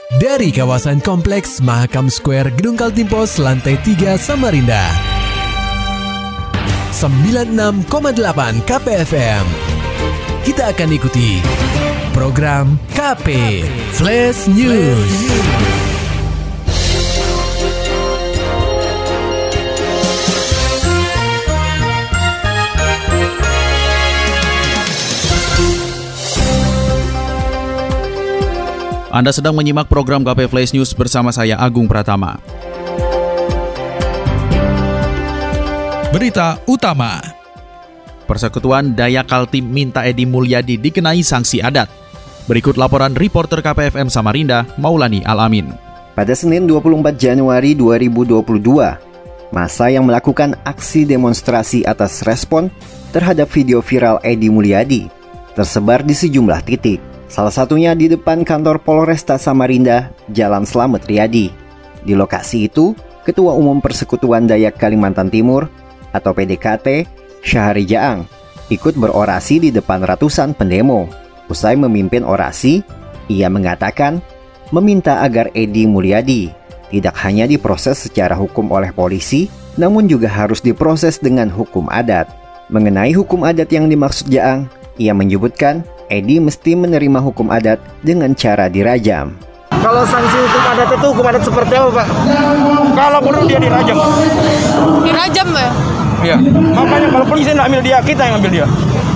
Dari kawasan Kompleks Mahakam Square Gedung Kaltim Pos Lantai 3 Samarinda. 96,8 KPFM. Kita akan ikuti program KP Flash News. Anda sedang menyimak program KP Flash News bersama saya Agung Pratama. Berita utama. Persekutuan Dayak Kaltim minta Edi Mulyadi dikenai sanksi adat. Berikut laporan reporter KPFM Samarinda, Maulani Al-Amin. Pada Senin 24 Januari 2022, massa yang melakukan aksi demonstrasi atas respon terhadap video viral Edi Mulyadi tersebar di sejumlah titik. Salah satunya di depan kantor Polresta Samarinda, Jalan Slamet Riyadi. Di lokasi itu, Ketua Umum Persekutuan Dayak Kalimantan Timur atau PDKT, Syahari Jaang, ikut berorasi di depan ratusan pendemo. Usai memimpin orasi, ia mengatakan meminta agar Edi Mulyadi tidak hanya diproses secara hukum oleh polisi, namun juga harus diproses dengan hukum adat. Mengenai hukum adat yang dimaksud Jaang, ia menyebutkan Edi mesti menerima hukum adat dengan cara dirajam. Kalau sanksi hukum adat itu hukum adat seperti apa, Pak? Kalau perlu dia dirajam. Dirajam ya? Iya. Makanya kalau polisi nggak ambil dia, kita yang ambil dia.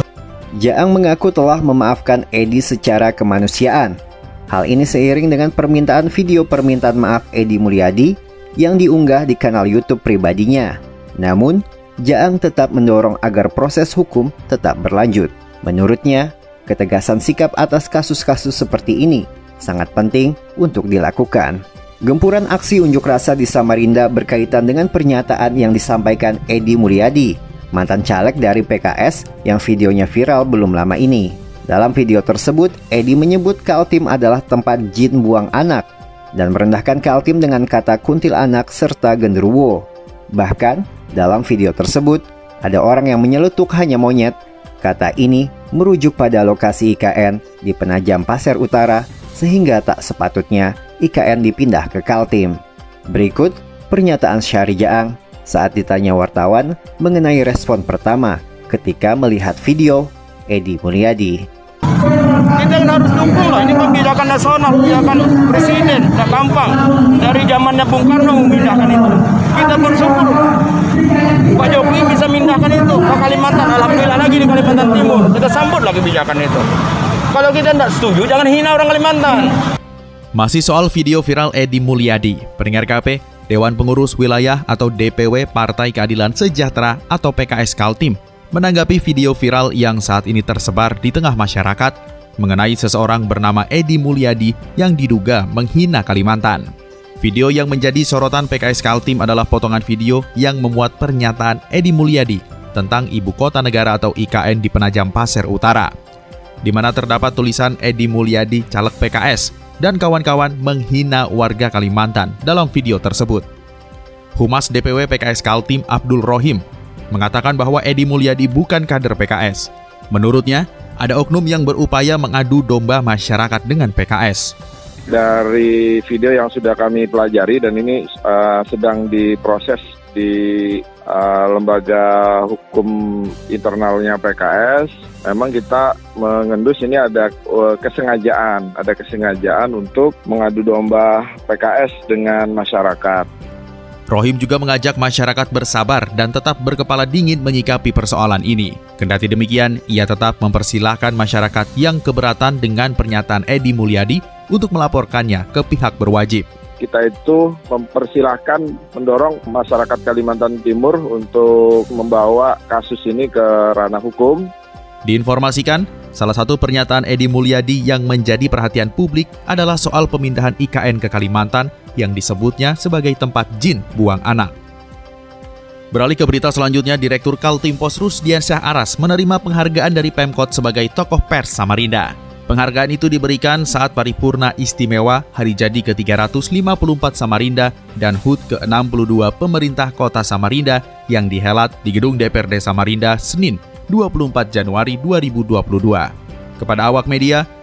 Jaang mengaku telah memaafkan Edi secara kemanusiaan. Hal ini seiring dengan permintaan video permintaan maaf Edi Mulyadi yang diunggah di kanal YouTube pribadinya. Namun, Jaang tetap mendorong agar proses hukum tetap berlanjut. Menurutnya, ketegasan sikap atas kasus-kasus seperti ini sangat penting untuk dilakukan. Gempuran aksi unjuk rasa di Samarinda berkaitan dengan pernyataan yang disampaikan Edi Mulyadi, mantan caleg dari PKS yang videonya viral belum lama ini. Dalam video tersebut, Edi menyebut Kaltim adalah tempat jin buang anak dan merendahkan Kaltim dengan kata kuntilanak serta genderuwo. Bahkan, dalam video tersebut, ada orang yang menyeletuk hanya monyet. Kata ini merujuk pada lokasi IKN di Penajam Pasir Utara sehingga tak sepatutnya IKN dipindah ke Kaltim. Berikut pernyataan Syahri Jaang saat ditanya wartawan mengenai respon pertama ketika melihat video Edi Mulyadi. Kita harus dukung lah, ini kebijakan nasional, kebijakan presiden, tak gampang. Dari zamannya Bung Karno memindahkan itu. Kita bersyukur Pak Jokowi bisa mindahkan itu ke Kalimantan. Alhamdulillah lagi di Kalimantan Timur. Kita sambut lagi kebijakan itu. Kalau kita tidak setuju, jangan hina orang Kalimantan. Masih soal video viral Edi Mulyadi, pendengar KP, Dewan Pengurus Wilayah atau DPW Partai Keadilan Sejahtera atau PKS Kaltim menanggapi video viral yang saat ini tersebar di tengah masyarakat mengenai seseorang bernama Edi Mulyadi yang diduga menghina Kalimantan. Video yang menjadi sorotan PKS Kaltim adalah potongan video yang memuat pernyataan Edi Mulyadi tentang Ibu Kota Negara atau IKN di Penajam Pasir Utara, di mana terdapat tulisan Edi Mulyadi caleg PKS dan kawan-kawan menghina warga Kalimantan dalam video tersebut. Humas DPW PKS Kaltim Abdul Rohim mengatakan bahwa Edi Mulyadi bukan kader PKS. Menurutnya, ada oknum yang berupaya mengadu domba masyarakat dengan PKS. Dari video yang sudah kami pelajari dan ini sedang diproses di lembaga hukum internalnya PKS, memang kita mengendus ini ada kesengajaan untuk mengadu domba PKS dengan masyarakat. Rohim juga mengajak masyarakat bersabar dan tetap berkepala dingin menyikapi persoalan ini. Kendati demikian, ia tetap mempersilahkan masyarakat yang keberatan dengan pernyataan Edi Mulyadi untuk melaporkannya ke pihak berwajib. Kita itu mempersilahkan, mendorong masyarakat Kalimantan Timur untuk membawa kasus ini ke ranah hukum. Diinformasikan, salah satu pernyataan Edi Mulyadi yang menjadi perhatian publik adalah soal pemindahan IKN ke Kalimantan yang disebutnya sebagai tempat jin buang anak. Beralih ke berita selanjutnya, Direktur Kaltim Pos Rusdiansyah Aras menerima penghargaan dari Pemkot sebagai tokoh pers Samarinda. Penghargaan itu diberikan saat paripurna istimewa Hari Jadi ke-354 Samarinda dan HUT ke-62 Pemerintah Kota Samarinda yang dihelat di Gedung DPRD Samarinda Senin 24 Januari 2022. Kepada awak media,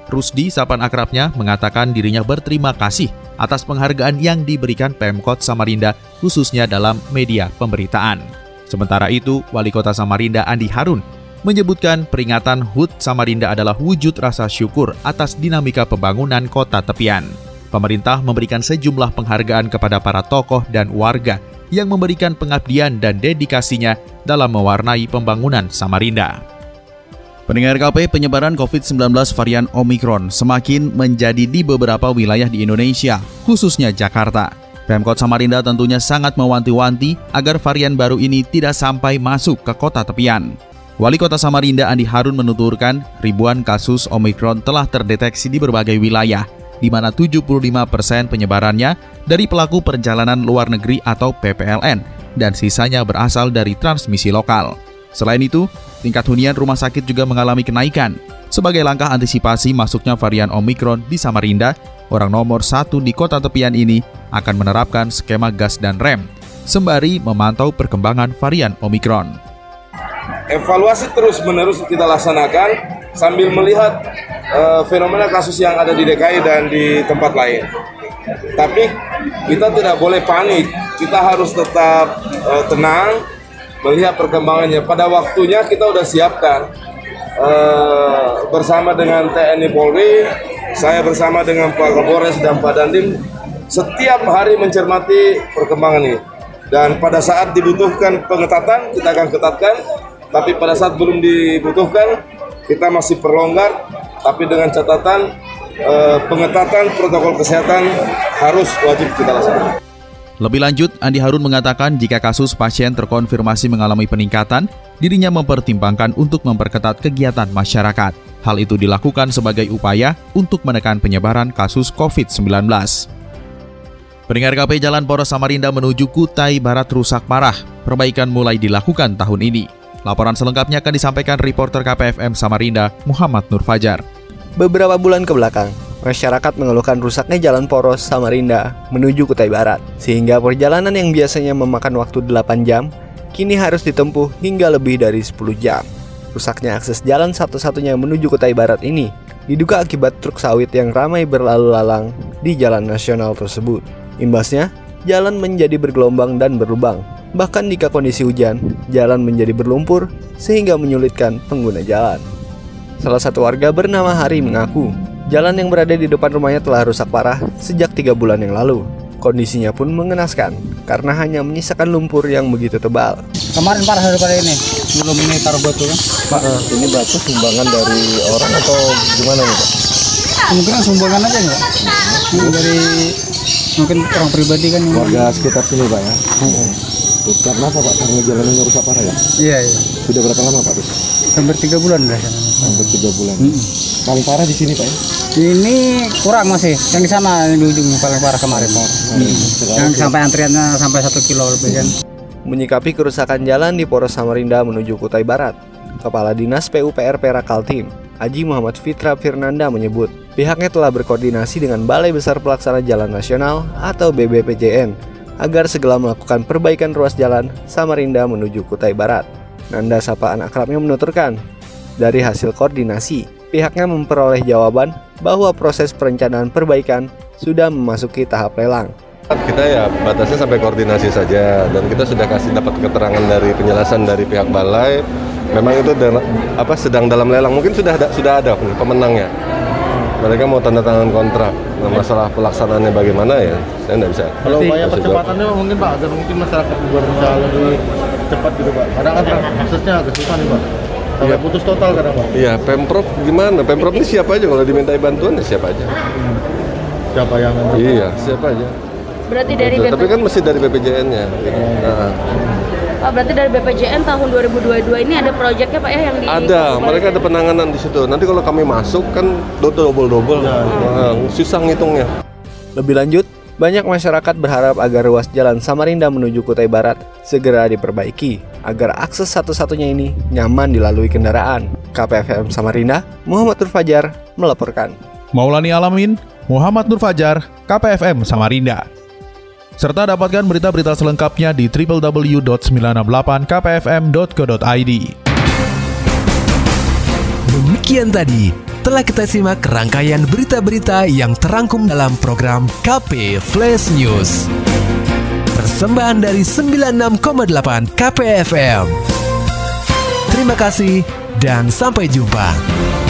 Rusdi, sapaan akrabnya, mengatakan dirinya berterima kasih atas penghargaan yang diberikan Pemkot Samarinda khususnya dalam media pemberitaan. Sementara itu, Wali Kota Samarinda Andi Harun menyebutkan peringatan HUT Samarinda adalah wujud rasa syukur atas dinamika pembangunan kota tepian. Pemerintah memberikan sejumlah penghargaan kepada para tokoh dan warga yang memberikan pengabdian dan dedikasinya dalam mewarnai pembangunan Samarinda. Pendengar KP, penyebaran COVID-19 varian Omikron semakin menjadi di beberapa wilayah di Indonesia, khususnya Jakarta. Pemkot Samarinda tentunya sangat mewanti-wanti agar varian baru ini tidak sampai masuk ke kota tepian. Wali Kota Samarinda Andi Harun menuturkan ribuan kasus Omikron telah terdeteksi di berbagai wilayah, di mana 75% penyebarannya dari pelaku perjalanan luar negeri atau PPLN, dan sisanya berasal dari transmisi lokal. Selain itu, tingkat hunian rumah sakit juga mengalami kenaikan. Sebagai langkah antisipasi masuknya varian Omikron di Samarinda, orang nomor 1 di kota tepian ini akan menerapkan skema gas dan rem, sembari memantau perkembangan varian Omikron. Evaluasi terus-menerus kita laksanakan sambil melihat fenomena kasus yang ada di DKI dan di tempat lain. Tapi kita tidak boleh panik, kita harus tetap tenang, melihat perkembangannya. Pada waktunya kita sudah siapkan bersama dengan TNI Polri, saya bersama dengan Pak Kapolres dan Pak Dandim setiap hari mencermati perkembangan ini. Dan pada saat dibutuhkan pengetatan, kita akan ketatkan. Tapi pada saat belum dibutuhkan, kita masih perlonggar. Tapi dengan catatan pengetatan protokol kesehatan harus wajib kita laksanakan. Lebih lanjut, Andi Harun mengatakan jika kasus pasien terkonfirmasi mengalami peningkatan, dirinya mempertimbangkan untuk memperketat kegiatan masyarakat. Hal itu dilakukan sebagai upaya untuk menekan penyebaran kasus COVID-19. Pendengar KP, Jalan Poros Samarinda menuju Kutai Barat rusak parah. Perbaikan mulai dilakukan tahun ini. Laporan selengkapnya akan disampaikan reporter KPFM Samarinda, Muhammad Nur Fajar. Beberapa bulan ke belakang, masyarakat mengeluhkan rusaknya jalan poros Samarinda menuju Kutai Barat, sehingga perjalanan yang biasanya memakan waktu 8 jam, kini harus ditempuh hingga lebih dari 10 jam. Rusaknya akses jalan satu-satunya menuju Kutai Barat ini diduga akibat truk sawit yang ramai berlalu lalang di jalan nasional tersebut. Imbasnya, jalan menjadi bergelombang dan berlubang. Bahkan jika kondisi hujan, jalan menjadi berlumpur sehingga menyulitkan pengguna jalan. Salah satu warga bernama Hari mengaku, jalan yang berada di depan rumahnya telah rusak parah sejak 3 bulan yang lalu. Kondisinya pun mengenaskan karena hanya menyisakan lumpur yang begitu tebal. Kemarin parah daripada ini, sebelum ini taruh batu kan? Pak, ini batu sumbangan dari orang atau gimana nih Pak? Kemungkinan sumbangan aja nggak? Dari mungkin orang pribadi kan. Warga sekitar sini Pak ya? Karena apa Pak? Karena jalannya rusak parah ya? Iya. Sudah berapa lama Pak? Hampir 3 bulan dah. Hampir 3 bulan. Paling parah di sini Pak ya? Ini kurang masih, yang di sana yang di ujung paling parah kemarin. Yang sampai antriannya sampai 1 kilo lebih kan. Menyikapi kerusakan jalan di Poros Samarinda menuju Kutai Barat, Kepala Dinas PUPR Perak Kaltim, Haji Muhammad Fitra Firnanda menyebut, pihaknya telah berkoordinasi dengan Balai Besar Pelaksana Jalan Nasional atau BBPJN agar segera melakukan perbaikan ruas jalan Samarinda menuju Kutai Barat. Nanda sapaan akrabnya menuturkan, dari hasil koordinasi, pihaknya memperoleh jawaban bahwa proses perencanaan perbaikan sudah memasuki tahap lelang. Kita ya batasnya sampai koordinasi saja, dan kita sudah kasih dapat keterangan dari penjelasan dari pihak balai. Memang itu sedang dalam lelang, mungkin sudah ada pemenangnya. Mereka mau tanda tangan kontrak. Nah, masalah pelaksanaannya bagaimana ya, saya nggak bisa. Kalau upaya percepatannya mungkin Pak, agar mungkin masyarakat juga bisa lebih cepat gitu Pak. Kadang kan prosesnya agak susah nih Pak. Sampai putus total kadang Pak. Iya, Pemprov gimana? Pemprov ini siapa aja kalau dimintai bantuan ya siapa aja. Siapa yang Iya, siapa aja. Berarti dari BPJN. Tapi kan mesti dari BPJN-nya. Gitu. Nah. Pak, berarti dari BPJN tahun 2022 ini ada proyeknya Pak ya yang di... Ada, mereka ada penanganan di situ. Nanti kalau kami masuk kan double. Susah ngitungnya. Lebih lanjut, banyak masyarakat berharap agar ruas jalan Samarinda menuju Kutai Barat segera diperbaiki agar akses satu-satunya ini nyaman dilalui kendaraan. KPFM Samarinda, Muhammad Nur Fajar melaporkan. Maulani Alamin, Muhammad Nur Fajar, KPFM Samarinda. Serta dapatkan berita-berita selengkapnya di www.968kpfm.co.id. Demikian tadi telah kita simak rangkaian berita-berita yang terangkum dalam program KP Flash News. Persembahan dari 96,8 KP FM. Terima kasih dan sampai jumpa.